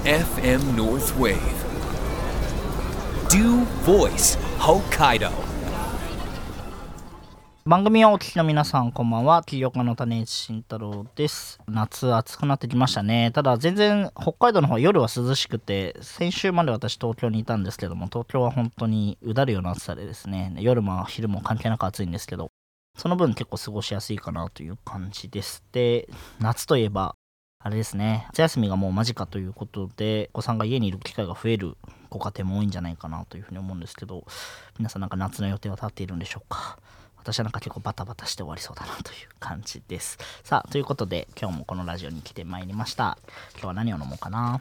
FM North Wave Do Voice Hokkaido。 番組をお聞きの皆さんこんばんは。起業家の種市慎太郎です。夏暑くなってきましたね。ただ全然北海道の方夜は涼しくて、先週まで私東京にいたんですけども、東京は本当にうだるような暑さでですね、夜も昼も関係なく暑いんですけど、その分結構過ごしやすいかなという感じです。で、夏といえばあれですね、夏休みがもう間近ということで、お子さんが家にいる機会が増えるご家庭も多いんじゃないかなというふうに思うんですけど、皆さんなんか夏の予定は立っているんでしょうか。私はなんか結構バタバタして終わりそうだなという感じです。さあ、ということで今日もこのラジオに来てまいりました。今日は何を飲もうかな。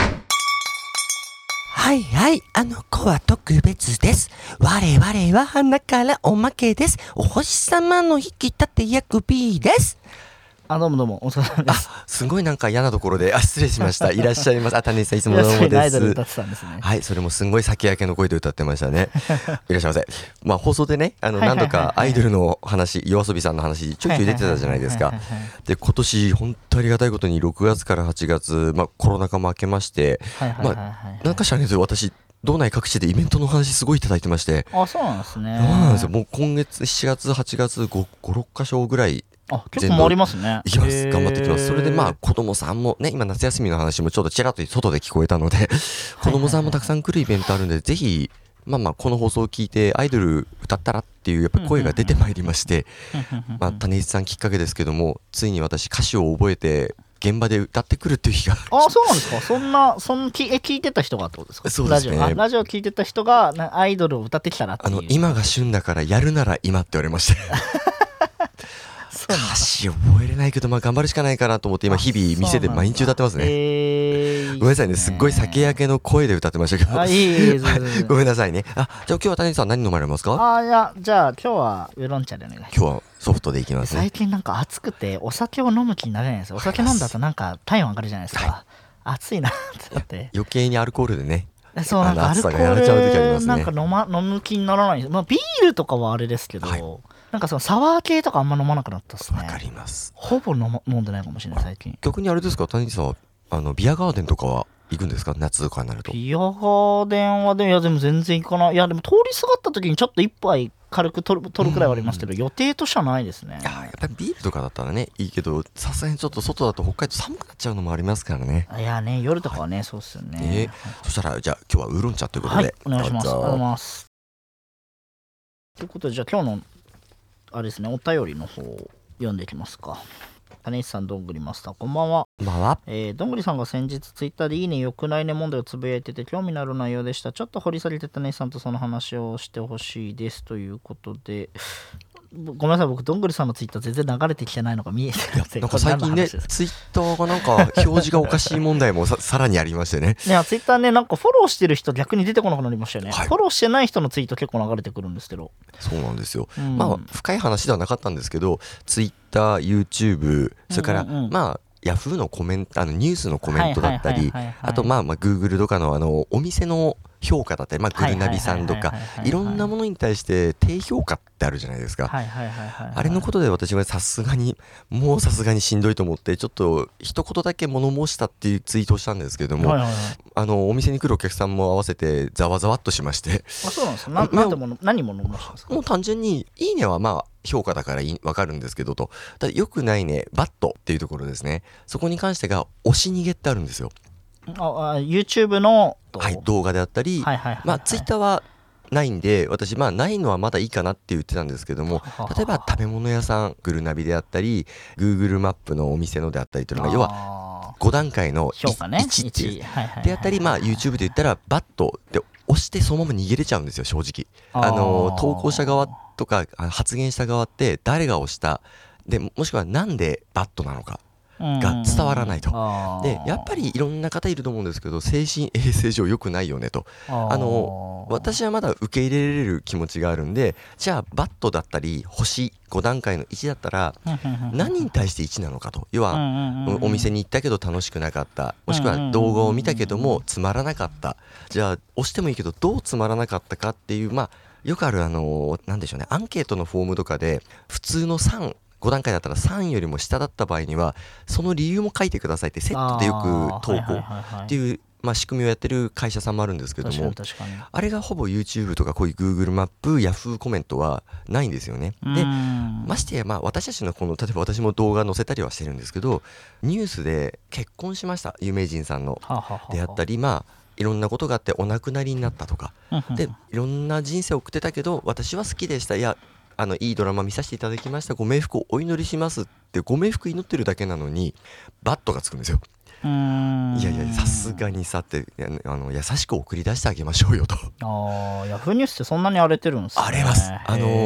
はいはい、あの子は特別です。我々は花からおまけです。お星様の引き立て役 B です。 あ、どうもどうも、お疲れ様です。 すごいなんか嫌なところで、失礼しました。いらっしゃいます。種市さんいつもどうもアイでドル歌す。 ってたんですね。 はい、それもすんごい酒焼けの声で歌ってましたね。いらっしゃいませ。まあ放送でね、何度かアイドルの話、YOASOBIさんの話ちょいちょい出てたじゃないですか。で、今年本当ありがたいことに6月から8月、コロナ禍も明けまして、なんか知らないですよ、私道内各地でイベントの話すごいいただいてまして。 あ、そうなんですね。 そうなんですよ。もう今月7月8月5、6箇所ぐらい結構回りますね。 行きます。頑張っていきます。それで子供さんもね、今夏休みの話もちょっとちらっと外で聞こえたので子供さんもたくさん来るイベントあるんで、ぜひこの放送を聞いてアイドル歌ったらっていうやっぱ声が出てまいりまして種市さんきっかけですけども、ついに私歌詞を覚えて現場で歌ってくるっていう日があ、そうなんですか。聞いてた人がってことですか。 そうですね。 ラジオ聞いてた人がアイドルを歌ってきたらっていう。 今が旬だからやるなら今って言われまして歌詞覚えれないけど頑張るしかないかなと思って今日々店で毎日歌ってますね。ごめんなさいね、すっごい酒焼けの声で歌ってましたけどごめんなさいね。じゃあ今日は谷さん何飲まれますか。 じゃあ今日はウーロン茶でお願いします。 今日はソフトでいきますね。 最近なんか暑くてお酒を飲む気になれないんですよ。お酒飲んだとなんか体温上がるじゃないですか。暑いなってなって余計にアルコールでね、 そうなんかアルコールなんか飲む気にならない。ビールとかはあれですけど、なんかそのサワー系とかあんま飲まなくなったっすね。 わかります。 ほぼ飲んでないかもしれない最近。 逆にあれですか、谷さんはビアガーデンとかは行くんですか、夏とかになると。 ビアガーデンはでも全然行かない。いやでも通り過がった時にちょっと一杯軽く取るくらいはありますけど、予定としてはないですね。 やっぱりビールとかだったらねいいけど、さすがにちょっと外だと北海道寒くなっちゃうのもありますからね。 いやね、夜とかはね、そうっすよね。 そしたらじゃあ今日はウーロン茶ということで、 お願いします。ありがとうございます。ということでじゃあ今日のあれですね、お便りの方を読んでいきますか。種市さん、どんぐりマスター、こんばんは。どんぐりさんが先日ツイッターでいいねよくないね問題をつぶやいてて興味のある内容でした。ちょっと掘り下げて種市さんとその話をしてほしいですということで、ごめんなさい、僕どんぐりさんのツイッター全然流れてきてないのが見えてなくて、 なんか最近ねツイッターがなんか表示がおかしい問題もさらにありましてねツイッターね、なんかフォローしてる人逆に出てこなくなりましたよね。フォローしてない人のツイート結構流れてくるんですけど。 そうなんですよ。深い話ではなかったんですけど、ツイッター、YouTube、それからヤフーのコメント、ニュースのコメントだったり、あとGoogle とかのお店の評価だったり、グルナビさんとかいろんなものに対して低評価ってあるじゃないですか。あれのことで私はさすがにしんどいと思って、ちょっと一言だけ物申したっていうツイートをしたんですけども、お店に来るお客さんも合わせてざわざわっとしまして。 そうなんですか。何物申したんですか。 もう単純にいいねは評価だから分かるんですけどと、ただよくないねバットっていうところですね。そこに関してが押し逃げってあるんですよ。 YouTube の動画であったり、Twitter はないんで、私ないのはまだいいかなって言ってたんですけども、例えば食べ物屋さんグルナビであったり Google マップのお店のであったりというのが、要は5段階の1っていうであったり、YouTube で言ったらバットで押してそのまま逃げれちゃうんですよ。正直投稿者側とか発言した側って誰が押したで、もしくはなんでバットなのかが伝わらないと。でやっぱりいろんな方いると思うんですけど、精神衛生上良くないよねと。私はまだ受け入れられる気持ちがあるんで、じゃあバットだったり星5段階の1だったら何に対して1なのかと。要はお店に行ったけど楽しくなかった、もしくは動画を見たけどもつまらなかった、じゃあ押してもいいけどどうつまらなかったかっていう、よくあるなんでしょうね、アンケートのフォームとかで普通の5段階だったら3よりも下だった場合にはその理由も書いてくださいってセットでよく投稿っていう仕組みをやってる会社さんもあるんですけども、 確かにあれがほぼ YouTube とかこういう Google マップ Yahoo コメントはないんですよね。でましてや私たちのこの例えば私も動画載せたりはしてるんですけど、ニュースで結婚しました有名人さんのであったり、いろんなことがあってお亡くなりになったとかで、いろんな人生を送ってたけど私は好きでした、いやいいドラマ見させていただきました、ご冥福をお祈りしますってご冥福祈ってるだけなのにバットがつくんですよ。いやいやさすがにさって優しく送り出してあげましょうよと。 ヤフーニュースってそんなに荒れてるんですね。 荒れます。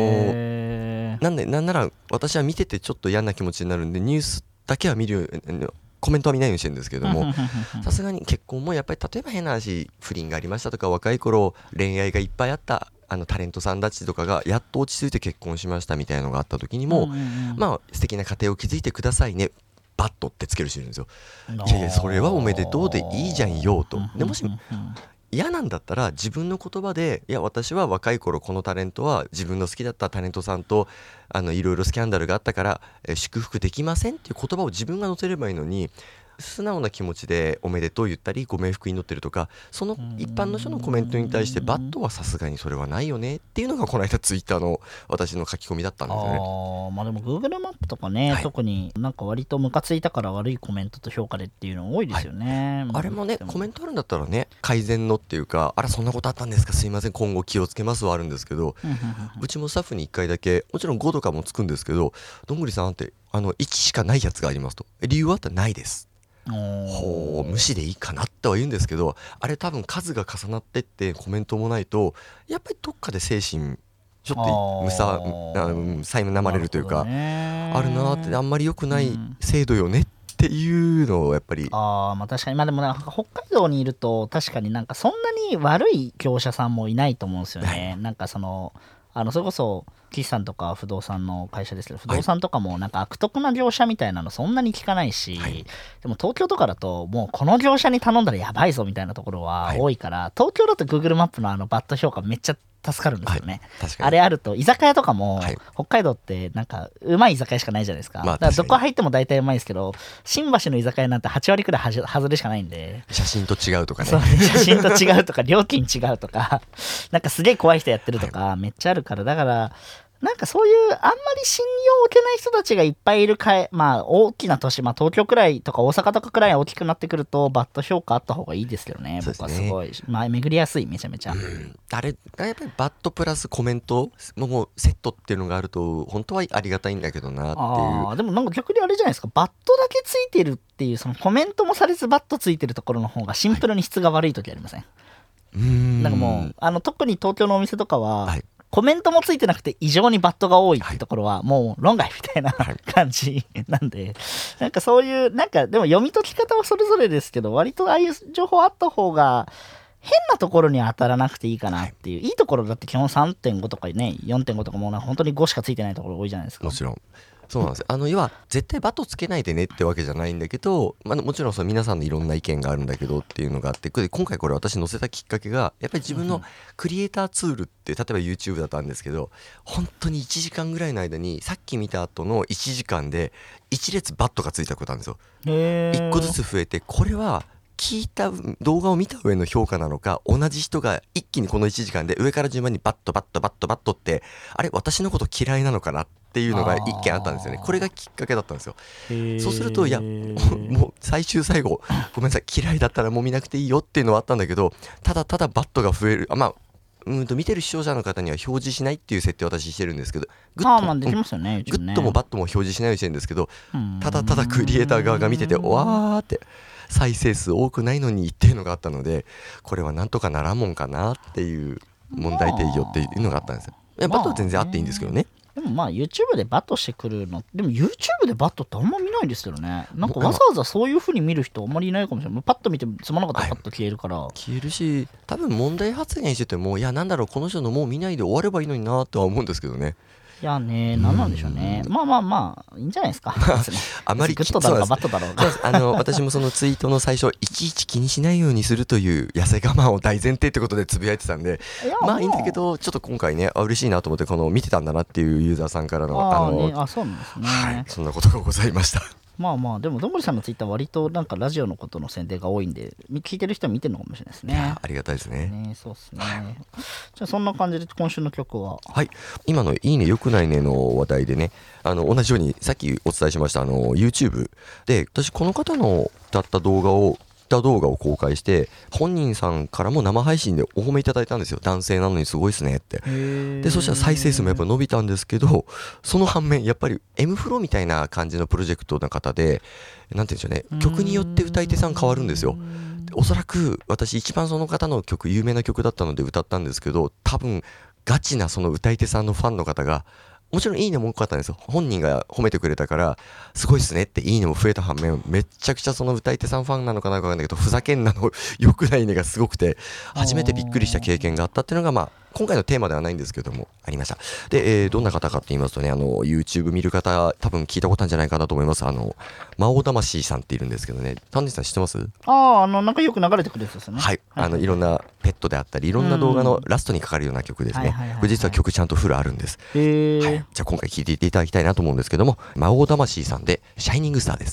なんなら私は見ててちょっと嫌な気持ちになるんでニュースだけは見るコメントは見ないようにしてるんですけども、さすがに結婚もやっぱり例えば変な話不倫がありましたとか若い頃恋愛がいっぱいあったタレントさんたちとかがやっと落ち着いて結婚しましたみたいなのがあった時にも、素敵な家庭を築いてくださいねバットってつける人いるんですよ。いやいやそれはおめでとうでいいじゃんよと。でもし嫌なんだったら自分の言葉で、いや私は若い頃このタレントは自分の好きだったタレントさんといろいろスキャンダルがあったから祝福できませんっていう言葉を自分が載せればいいのに、素直な気持ちでおめでとう言ったりご冥福祈ってるとか、その一般の人のコメントに対してバットはさすがにそれはないよねっていうのがこの間ツイッターの私の書き込みだったんですよね。 でも Google マップとかね、特になんか割とムカついたから悪いコメントと評価でっていうの多いですよね。 あれもねコメントあるんだったらね改善のっていうか、あらそんなことあったんですかすいません今後気をつけますはあるんですけど、うちもスタッフに1回だけもちろん5とかもつくんですけど、どんぐりさんって1しかないやつがありますと、理由はあったらないです、無視でいいかなとは言うんですけど、あれ多分数が重なってってコメントもないとやっぱりどっかで精神ちょっと苛まれるというか、あるなって、あんまり良くない制度よねっていうのをやっぱり確かにでも北海道にいると確かになんかそんなに悪い業者さんもいないと思うんですよね。なんかそれこそ岸さんとか不動産の会社ですけど、不動産とかもなんか悪徳な業者みたいなのそんなに聞かないし、でも東京とかだともうこの業者に頼んだらやばいぞみたいなところは多いから、東京だと Google マップのバッド評価めっちゃ助かるんですよね。あれあると居酒屋とかも、北海道ってなんかうまい居酒屋しかないじゃないですか。だからどこ入っても大体うまいですけど、新橋の居酒屋なんて8割くらい外れしかないんで、 写真と違うとかね、 写真と違うとか料金違うとかなんかすげえ怖い人やってるとかめっちゃあるから、だからなんかそういうあんまり信用を受けない人たちがいっぱいいる大きな都市、東京くらいとか大阪とかくらい大きくなってくるとバッド評価あった方がいいですけどね。僕はすごい巡りやすい、めちゃめちゃ、 あれがやっぱりバッドプラスコメントもうセットっていうのがあると本当はありがたいんだけどなっていう。でもなんか逆にあれじゃないですか、バッドだけついてるっていう、そのコメントもされずバッドついてるところの方がシンプルに質が悪い時ありません？なんかもう特に東京のお店とかは、コメントもついてなくて異常にバットが多いってところはもう論外みたいな感じなんで、なんかそういうなんかでも読み解き方はそれぞれですけど、割とああいう情報あった方が変なところには当たらなくていいかなっていう、いいところだって基本 3.5 とかね 4.5 とかもう本当に5しかついてないところ多いじゃないですか。 もちろんそうなんですよ。要は絶対バットつけないでねってわけじゃないんだけど、もちろん皆さんのいろんな意見があるんだけどっていうのがあって、今回これ私載せたきっかけがやっぱり自分のクリエイターツールって例えば YouTube だったんですけど、本当に1時間ぐらいの間にさっき見た後の1時間で1列バットがついたことあるんですよ。1個ずつ増えて、これは聞いた動画を見た上の評価なのか、同じ人が一気にこの1時間で上から順番にバットバットバットバットって、あれ私のこと嫌いなのかなっていうのが一件あったんですよね。これがきっかけだったんですよ。そうするともう最終最後ごめんなさい嫌いだったらもう見なくていいよっていうのはあったんだけど、ただただバットが増える、見てる視聴者の方には表示しないっていう設定を私してるんですけど、グッドもバットも表示しないようにしてるんですけど、ただただクリエイター側が見ててわーって再生数多くないのにっていうのがあったので、これはなんとかならんもんかなっていう問題提起っていうのがあったんですよ。バットは全然あっていいんですけどね。 でもYouTube でバットしてくるの、でも YouTube でバットってあんま見ないですけどね。なんかわざわざそういう風に見る人あんまりいないかもしれない。パッと見てつまらなかったらパッと消えるから、 消えるし、多分問題発言しててもなんだろうこの人のもう見ないで終わればいいのになとは思うんですけどね。 いやね、何なんでしょうね。いいんじゃないですか。 あまりグッドだろうがバットだろうが。 私もそのツイートの最初いちいち気にしないようにするという痩せ我慢を大前提ってことでつぶやいてたんで、いいんだけど、ちょっと今回ね嬉しいなと思って、この見てたんだなっていうユーザーさんからのそうなんですね。 そんなことがございました。 まあまあでもどんぐりさんのツイッター割となんかラジオのことの宣伝が多いんで聞いてる人は見てるのかもしれないですね。 いやありがたいですね。 そうですね。じゃあそんな感じで今週の曲は、 はい、今のいいねよくないねの話題でね、同じようにさっきお伝えしましたYouTube で私この方の歌った動画を公開して、本人さんからも生配信でお褒めいただいたんですよ。男性なのにすごいっすねって。でそしたら再生数もやっぱ伸びたんですけど、その反面やっぱり M フロみたいな感じのプロジェクトの方で、なんていうんでしょうね、曲によって歌い手さん変わるんですよ。おそらく私一番その方の曲有名な曲だったので歌ったんですけど、多分ガチなその歌い手さんのファンの方がもちろんいいねも多かったんですよ。本人が褒めてくれたからすごいっすねっていいねも増えた反面、めっちゃくちゃその歌い手さんファンなのかなかわかんないけどふざけんなの良くないねがすごくて、初めてびっくりした経験があったっていうのが今回のテーマではないんですけどもありました。で、どんな方かって言いますとね、YouTube 見る方多分聞いたことあるんじゃないかなと思います。魔王魂さんっているんですけどね、丹治さん知ってます？ なんかよく流れてくるやつですね。 はい、いろんなペットであったりいろんな動画のラストにかかるような曲ですね。これ実は曲ちゃんとフルあるんです。はい、じゃあ今回聴いていただきたいなと思うんですけども、魔王魂さんでシャイニングスターです。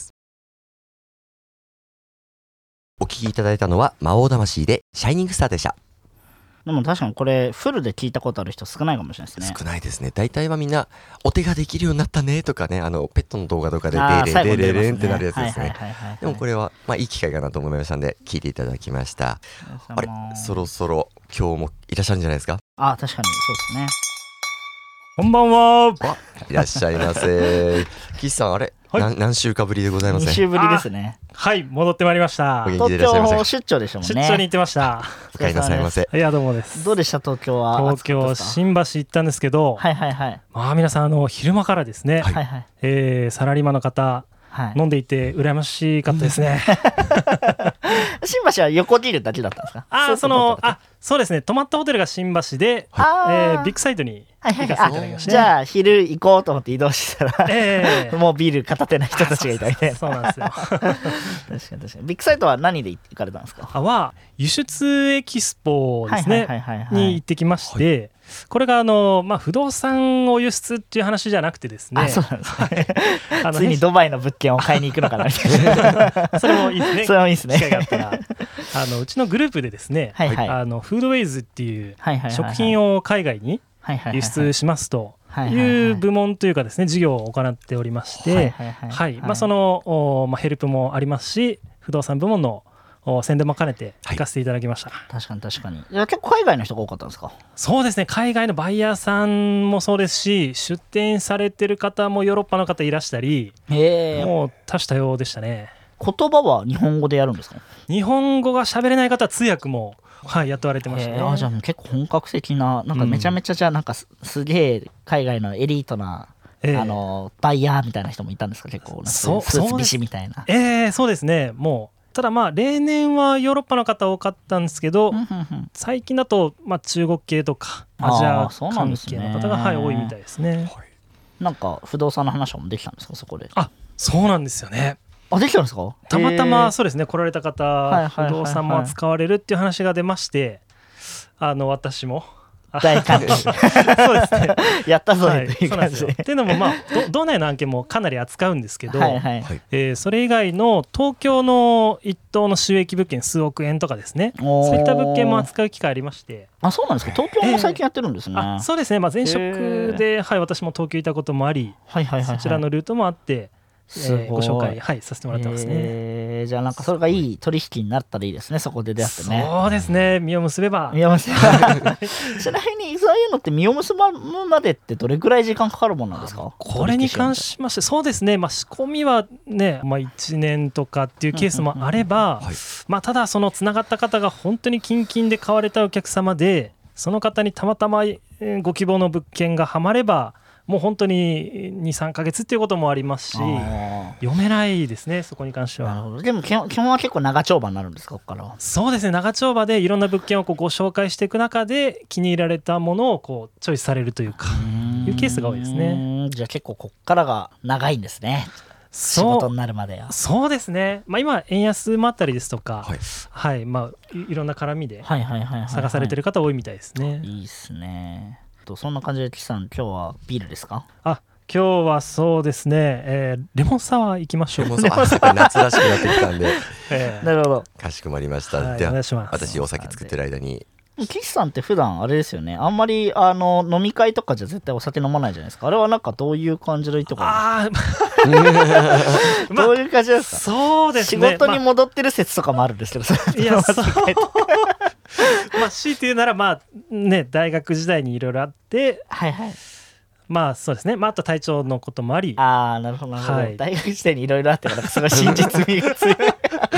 お聴きいただいたのは魔王魂でシャイニングスターでした。 でも確かにこれフルで聞いたことある人少ないかもしれないですね。 少ないですね。大体はみんなお手ができるようになったねとかね、ペットの動画とかでデレレレレンってなるやつですね。でもこれはいい機会かなと思いましたんで聞いていただきました。あれ、そろそろ今日もいらっしゃるんじゃないですか？ 確かにそうですね。 こんばんは。 いらっしゃいませ。岸さん、あれ、何週かぶりでございますね。 2週ぶりですね。 はい、戻ってまいりました。 東京出張でしたもんね。 出張に行ってました。 お帰りなさいませ。 いや、どうもです。 どうでした東京は？ 東京新橋行ったんですけど、皆さん昼間からですね、サラリーマンの方飲んでいて羨ましかったですね。 新橋は横切るだけだったんですか？ そうですね、泊まったホテルが新橋で、ビッグサイトに行かせていただきました。 じゃあ昼行こうと思って移動したら、もうビール片手な人たちがいたみたいな。 そうなんですよ。 確かにビッグサイトは何で行かれたんですか？ 輸出エキスポですねに行ってきまして、これが不動産を輸出っていう話じゃなくてですね、 そうなんですね。ついにドバイの物件を買いに行くのかなみたいな。 それもいいですね。 それもいいですね。 機会があったらうちのグループでですね、フードウェイズっていう食品を海外に輸出しますという部門というかですね、事業を行っておりまして、そのヘルプもありますし、不動産部門の宣伝も兼ねて行かせていただきました。 確かに。いや結構海外の人が多かったんですか？ そうですね、海外のバイヤーさんもそうですし、出店されてる方もヨーロッパの方いらしたり、もう多種多様でしたね。 言葉は日本語でやるんですか？ 日本語が喋れない方は通訳も雇われてましたね。 じゃあ結構本格的な、なんかめちゃめちゃじゃあなんかすげえ海外のエリートなバイヤーみたいな人もいたんですか？結構スーツビシみたいな。 そうですね。もうただ例年はヨーロッパの方多かったんですけど、最近だと中国系とかアジア関係の方が多いみたいですね。 なんか不動産の話もできたんですかそこで？ そうなんですよね。 できたんですか？ たまたまそうですね、来られた方、不動産も扱われるっていう話が出まして、私も大歓迎。そうですね。やったぞという感じで。 っていうのも道内の案件もかなり扱うんですけど、それ以外の東京の一棟の収益物件数億円とかですね、そういった物件も扱う機会ありまして。 そうなんですか？東京も最近やってるんですね。 そうですね。前職で私も東京いたこともあり、そちらのルートもあって。ご紹介、させてもらってますね。 じゃあなんかそれがいい取引になったらいいですね、そこで出会ってね。 そうですね、実を結べば。 ちなみにそういうのって実を結ぶまでってどれくらい時間かかるものなんですか？ これに関しまして、そうですね、仕込みはね、1年とかっていうケースもあれば、ただそのつながった方が本当に近々で買われたお客様で、その方にたまたまご希望の物件がはまれば、もう本当に 2,3 ヶ月っていうこともありますし、読めないですね、そこに関しては。 なるほど。でも基本は結構長丁場になるんですか？ここからは。 そうですね、長丁場でいろんな物件をご紹介していく中で気に入られたものをチョイスされるというかいうケースが多いですね。 じゃあ結構ここからが長いんですね、仕事になるまでは。 そうですね、今円安もあったりですとか、いろんな絡みで探されてる方多いみたいですね。 いいですね。そんな感じで岸さん、今日はビールですか？ 今日はそうですね、レモンサワー行きましょう。 レモンサワー夏らしくなってきたんでなるほど。 かしこまりました、 はい、 ではお願いします。 私お酒作ってる間に。 岸さんって普段あれですよね、あんまり飲み会とかじゃ絶対お酒飲まないじゃないですか。あれはなんかどういう感じのいとかどういう感じですか。 そうですね、 仕事に戻ってる説とかもあるんですけど、 いやそうまあ強いて言うならまあね大学時代にいろいろあって、 はいはい、 まあそうですね、まあ、あと体調のこともあり、 ああなるほどなるほど、 はい、 大学時代にいろいろあってからすごい真実味が強い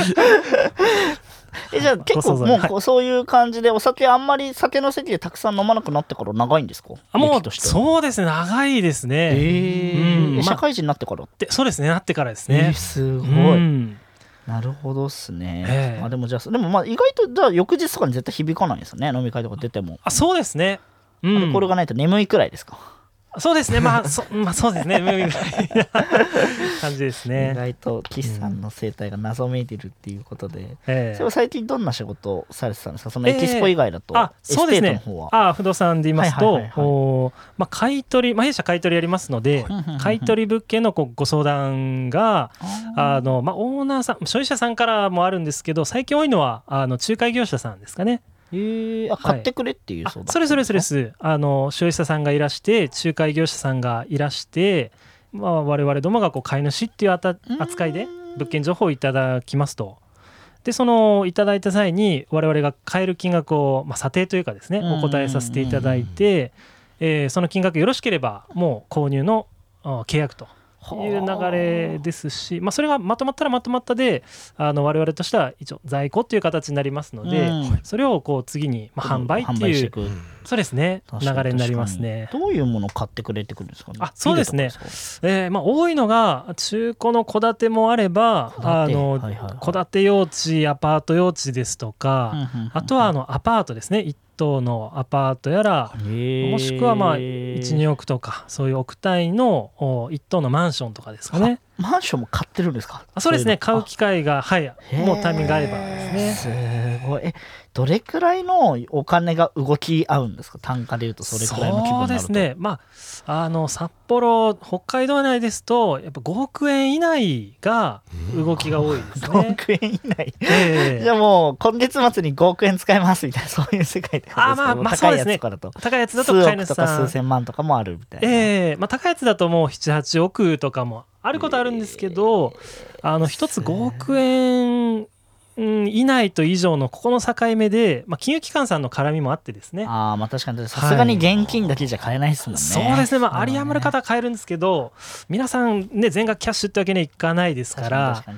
じゃあ結構もうそういう感じでお酒あんまり酒の席でたくさん飲まなくなってから長いんですか。 もうそうですね、長いですね。 社会人になってからってそうですね、なってからですね。 すごい、なるほどっすね。でもじゃあでもまあ意外とじゃあ翌日とかに絶対響かないですよね、飲み会とか出ても。 そうですね、 アルコールがないと眠いくらいですか。 そうですね、まあそうですね、みたいな感じですね。 意外と岸さんの生態が謎めいてるっていうことで、それは最近どんな仕事をされてたんですか、そのエキスポ以外だと。 そうですね、不動産で言いますと、買い取り、弊社買い取りやりますので、買い取り物件のご相談がオーナーさん、所有者さんからもあるんですけど、最近多いのは仲介業者さんですかね。 買ってくれっていう相談。 それ所有者さんがいらして、仲介業者さんがいらして、我々どもが買い主っていう扱いで物件情報をいただきますと。でそのいただいた際に我々が買える金額を、査定というかですね、お答えさせていただいて、その金額よろしければもう購入の契約という流れですし、それがまとまったらまとまったで我々としては一応在庫っていう形になりますので、それを次に販売っていうそうですね流れになりますね。 どういうものを買ってくれてくるんですかね。 そうですね、多いのが中古の戸建てもあれば戸建て用地、アパート用地ですとか、あとはアパートですね、一棟のアパートやら、もしくは1、2億とかそういう億単位の一棟のマンションとかですかね。 マンションも買ってるんですか。 そうですね、買う機会がもうタイミングがあればですね。すごい。どれくらいのお金が動き合うんですか、単価でいうと。それくらいの規模になると。 そうですね、札幌、北海道内ですとやっぱ5億円以内が動きが多いですね。 5億円以内、じゃあもう今月末に5億円使えますみたいな、そういう世界で。 高いやつとかだと高いやつだと数億とか数千万とかもあるみたいな。 高いやつだともう7、8億とかもあることあるんですけど、一つ5億円以内と以上のここの境目で、金融機関さんの絡みもあってですね。 確かにさすがに現金だけじゃ買えないですもんね。 そうですね、有り余る方は買えるんですけど、皆さんね全額キャッシュってわけにはいかないですから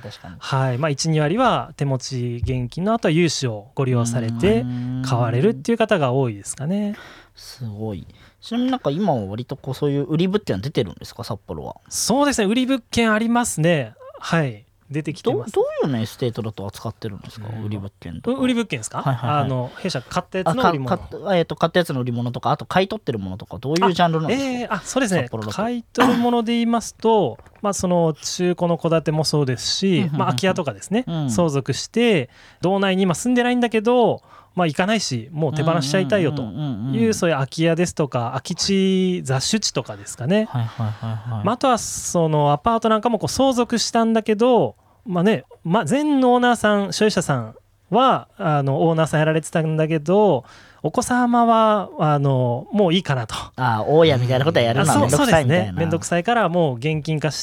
、1、2割は手持ち現金の後は融資をご利用されて買われるっていう方が多いですかね。 すごい。ちなみになんか今は割とそういう売り物件は出てるんですか、札幌は。 そうですね、売り物件ありますね。出てきてます。 どういうエステートだと扱ってるんですか、売り物件とか。 売り物件ですか。弊社買ったやつの売り物、 買ったやつの売り物とか、あと買い取ってるものとか、どういうジャンルなんですか。 そうですね、買い取るもので言いますとその中古の戸建てもそうですし、空き家とかですね、相続して道内に今住んでないんだけど行かないしもう手放しちゃいたいよという、そういう空き家ですとか空き地、雑種地とかですかね。あとはそのアパートなんかも相続したんだけど、前のオーナーさん、所有者さんはオーナーさんやられてたんだけど、お子様はもういいかなと。 大家みたいなことはやるのはめんどくさいみたいな。 めんどくさいからもう現金化して、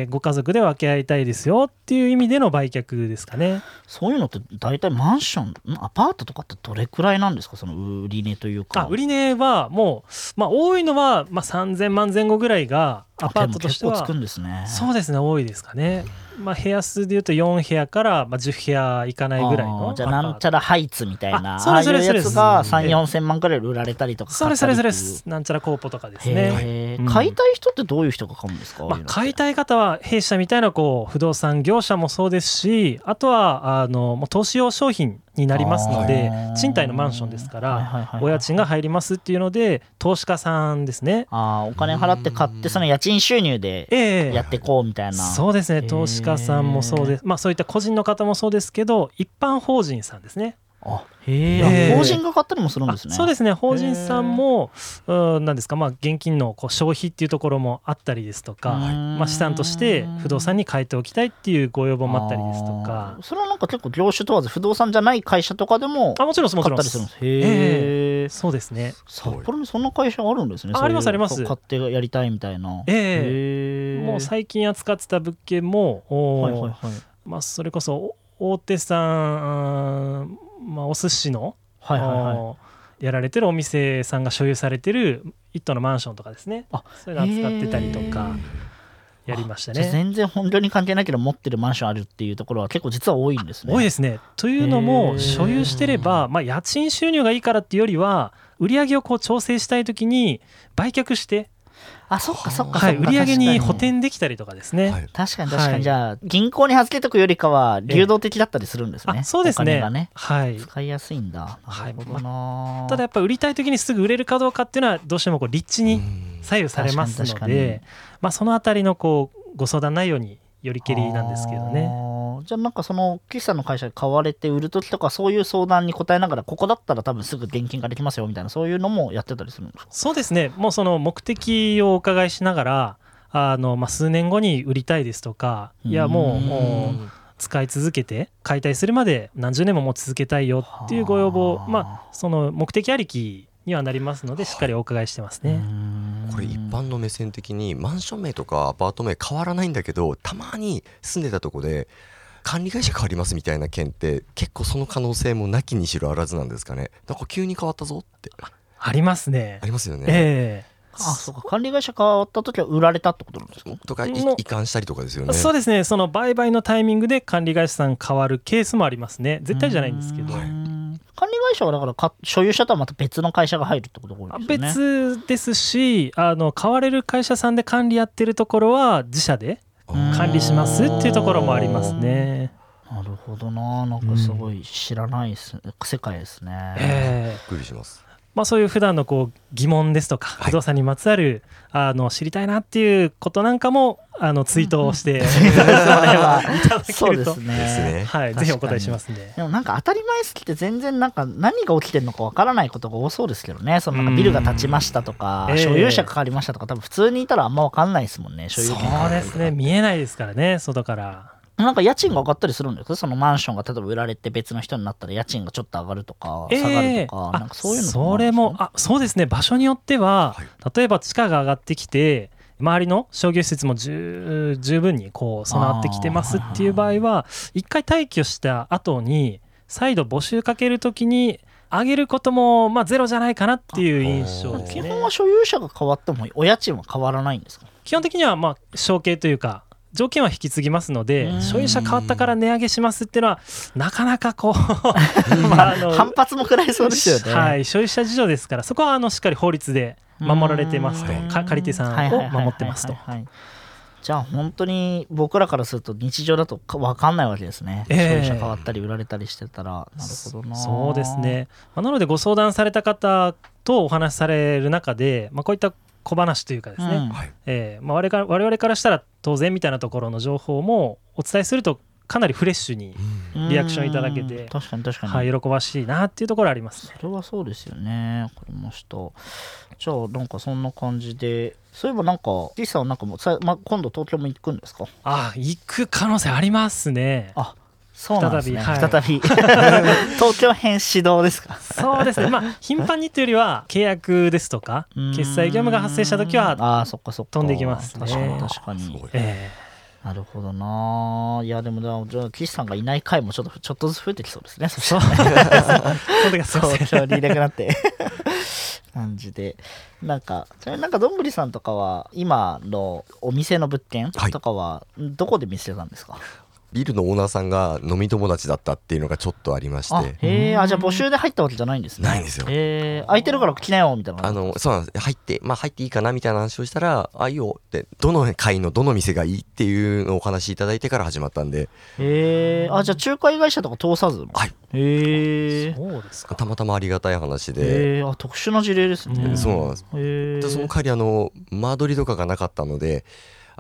ご家族で分け合いたいですよっていう意味での売却ですかね。 そういうのって大体マンション、アパートとかってどれくらいなんですか、その売り値というか。 売り値はもう、多いのは3000万前後ぐらいがアパートとしては結構つくんですね。 そうですね、多いですかね。部屋数でいうと4部屋から10部屋いかないぐらいの。 じゃあなんちゃらハイツみたいな、ああいうやつが3、4千万くらい売られたりとか。 それですなんちゃらコーポとかですね。 買いたい人ってどういう人が買うんですか。 買いたい方は弊社みたいな不動産業者もそうですし、あとはもう投資用商品になりますので、賃貸のマンションですからお家賃が入りますっていうので、投資家さんですね。 お金払って買ってその家賃収入でやってこうみたいな。 そうですね、投資家さんもそうです。そういった個人の方もそうですけど、一般法人さんですね。 法人が買ったりもするんですね。 そうですね、法人さんも何ですか、現金の消費っていうところもあったりですとか、資産として不動産に変えておきたいっていうご要望もあったりですとか。 それはなんか結構業種問わず不動産じゃない会社とかでももちろん買ったりするんです。 そうですね。 札幌にそんな会社あるんですね。 ありますあります。 買ってやりたいみたいな。 もう最近扱ってた物件も、それこそ大手さん、お寿司の、やられてるお店さんが所有されてる一棟のマンションとかですね、そういうの扱ってたりとかやりましたね。 全然本業に関係ないけど持ってるマンションあるっていうところは結構実は多いんですね。 多いですね。というのも所有してれば、家賃収入がいいからっていうよりは売り上げを調整したいときに売却してそっか売り上げに補填できたりとかですね。 確かに、じゃあ銀行に預けとくよりかは流動的だったりするんですね。 そうですね。 お金がね、使いやすいんだ。なるほどな。 ただやっぱ売りたい時にすぐ売れるかどうかっていうのはどうしても立地に左右されますので、そのあたりのご相談内容によりけりなんですけどね。 じゃあなんかその岸さんの会社で買われて売るときとかそういう相談に答えながらここだったら多分すぐ現金化できますよみたいなそういうのもやってたりするんですか？ そうですね。もうその目的をお伺いしながら数年後に売りたいですとか、いやもう使い続けて解体するまで何十年も持ち続けたいよっていうご要望、その目的ありきにはなりますのでしっかりお伺いしてますね。 これ一般の目線的にマンション名とかアパート名変わらないんだけどたまに住んでたとこで管理会社変わりますみたいな件って結構その可能性もなきにしろあらずなんですかね。なんか急に変わったぞってありますね。 ありますよね。 そうか、管理会社変わった時は売られたってことなんですか？ とか移管したりとかですよね。 そうですね。その売買のタイミングで管理会社さん変わるケースもありますね。絶対じゃないんですけど。 管理会社はだから所有者とはまた別の会社が入るってことが多いですよね。 別ですし買われる会社さんで管理やってるところは自社で管理しますっていうところもありますね。 なるほどな。なんかすごい知らない世界ですね。 びっくりします。 そういう普段の疑問ですとか不動産にまつわる知りたいなっていうことなんかもツイートをしていただけるとぜひお答えしますんで。 でもなんか当たり前すぎて全然なんか何が起きてるのかわからないことが多そうですけどね。そのなんかビルが建ちましたとか所有者が変わりましたとか多分普通にいたらあんまわかんないですもんね。所有権そうですね。見えないですからね外から。 なんか家賃が上がったりするんですか？そのマンションが例えば売られて別の人になったら家賃がちょっと上がるとか下がるとか、なんかそういうのそれもそうですね。場所によっては、例えば地価が上がってきて周りの商業施設も十分に備わってきてますっていう場合は一回退去した後に再度募集かけるときに上げることもゼロじゃないかなっていう印象ですね。 基本は所有者が変わってもお家賃は変わらないんですか？ 基本的には承継というか条件は引き継ぎますので所有者変わったから値上げしますっていうのはなかなか反発も食らいそうですよね。 所有者事情ですからそこはしっかり法律で守られてますと借り手さんを守ってますと。 じゃあ本当に僕らからすると日常だと分かんないわけですね。所有者変わったり売られたりしてたら。なるほどな。 そうですね。なのでご相談された方とお話しされる中でこういった小話というかですね、我々からしたら当然みたいなところの情報もお伝えするとかなりフレッシュにリアクションいただけて確かに、 喜ばしいなっていうところありますね。 それはそうですよね。わかりました。じゃあなんかそんな感じでそういえばなんか岸さんはなんかもう今度東京も行くんですか？ 行く可能性ありますね。 そうなんですね。再び東京編始動ですか？ そうですね。頻繁にというよりは契約ですとか決済業務が発生した時は飛んできますね。 確かに。なるほどな。いやでもじゃあ岸さんがいない回もちょっとずつ増えてきそうですね。そ東京にいなくなって感じでなんかどんぐりさんとかは今のお店の物件とかはどこで見つけたんですか？ ビルのオーナーさんが飲み友達だったっていうのがちょっとありまして。 じゃあ募集で入ったわけじゃないんですね。 ないんですよ。 空いてるから来なよみたいな。 そうなんです。入っていいかなみたいな話をしたらいいよってどの階のどの店がいいっていうのをお話しいただいてから始まったんで。 じゃあ仲介会社とか通さず。 そうですか。 たまたまありがたい話で。 特殊な事例ですね。 そうなんです。でその代わり間取りとかがなかったので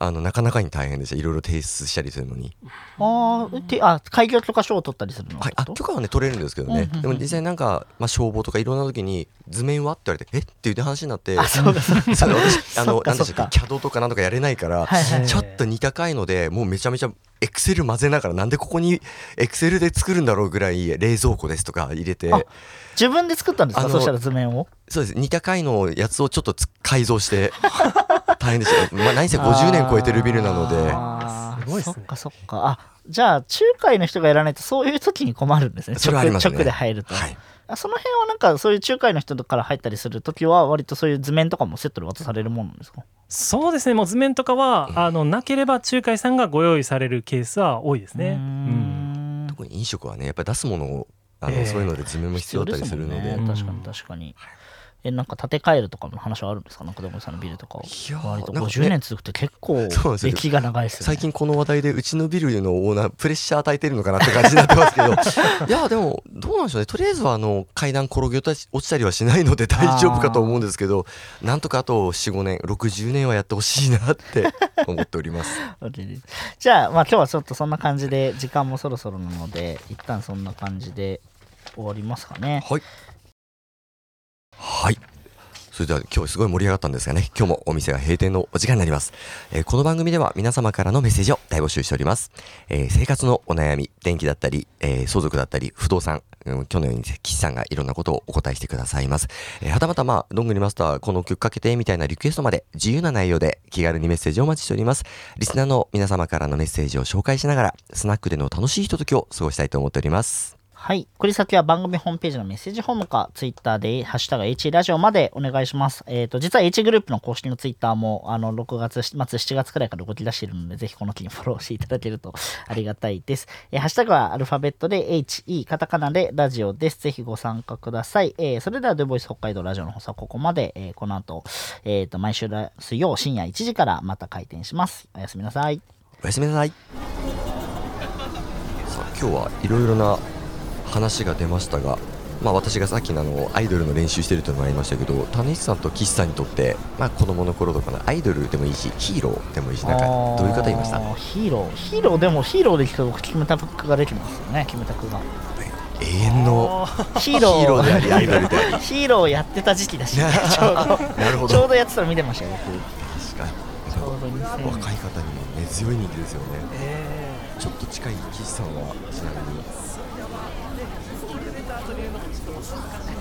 なかなかに大変でした。いろいろ提出したりするのに。 開業許可証を取ったりするの？ 許可はね取れるんですけどね、でも実際なんか、消防とかいろんな時に図面はって言われてっていう話になって、 私何でしたっけ、CAD とかなんとかやれないから、ちょっと似高いのでもうめちゃめちゃエクセル混ぜながら、なんでここにエクセルで作るんだろうぐらい冷蔵庫ですとか入れて。 自分で作ったんですか？そしたら図面を。 そうです。似高いのやつをちょっと改造して大変でした。何せ50年超えてるビルなので。 すごいっすね。 そっかそっか。じゃあ仲介の人がやらないとそういう時に困るんですね。 それはありますね。 直で入ると。その辺はなんかそういう仲介の人から入ったりするときは割とそういう図面とかもセットで渡されるものなんですか？ そうですね、もう図面とかはなければ仲介さんがご用意されるケースは多いですね。 特に飲食はねやっぱり出すものをそういうので図面も必要だったりするので、 確かに確かに。なんか建て替えるとかの話はあるんですか？なんかでもさんのビルとか割と50年続くって結構歴が長いですよね。 最近この話題でうちのビルのオーナープレッシャー与えてるのかなって感じになってますけどいやでもどうなんでしょうね。とりあえずは階段転げ落ちたりはしないので大丈夫かと思うんですけど、なんとかあと 4,5 年60年はやってほしいなって思っておりますじゃあ今日はちょっとそんな感じで時間もそろそろなので一旦そんな感じで終わりますかね。 はい。それでは今日すごい盛り上がったんですがね、今日もお店が閉店のお時間になります。この番組では皆様からのメッセージを大募集しております。生活のお悩み、電気だったり、相続だったり、不動産、今日のように岸さんがいろんなことをお答えしてくださいます。はたまたどんぐりマスターこの曲かけてみたいなリクエストまで自由な内容で気軽にメッセージをお待ちしております。リスナーの皆様からのメッセージを紹介しながらスナックでの楽しいひとときを過ごしたいと思っております。 はい。送り先は番組ホームページのメッセージフォームか、ツイッターで、ハッシュタグ H ラジオまでお願いします。実は H グループの公式のツイッターも、6月末、7月くらいから動き出しているので、ぜひこの機にフォローしていただけるとありがたいです。ハッシュタグはアルファベットで HE、カタカナでラジオです。ぜひご参加ください。それでは、ドゥボイス北海道ラジオの放送はここまで。この後、毎週水曜深夜1時からまた開店します。おやすみなさい。 おやすみなさい。さあ、今日はいろいろな話が出ましたが、私がさっきのアイドルの練習してるというのもありましたけど、種市さんと岸さんにとって、子供の頃とかのアイドルでもいいしヒーローでもいいし、なんかどういう方いました？ ヒーローでもヒーローで聞くと僕キムタクが出てますよね。キムタクが永遠のヒーローでありアイドルでありヒーローやってた時期だし、ね、ちょうどなるほど、 ちょうどやってたの見てましたよ僕。 確かにちょうど若い方にも根強い人気ですよね。ちょっと近い岸さんはちなみに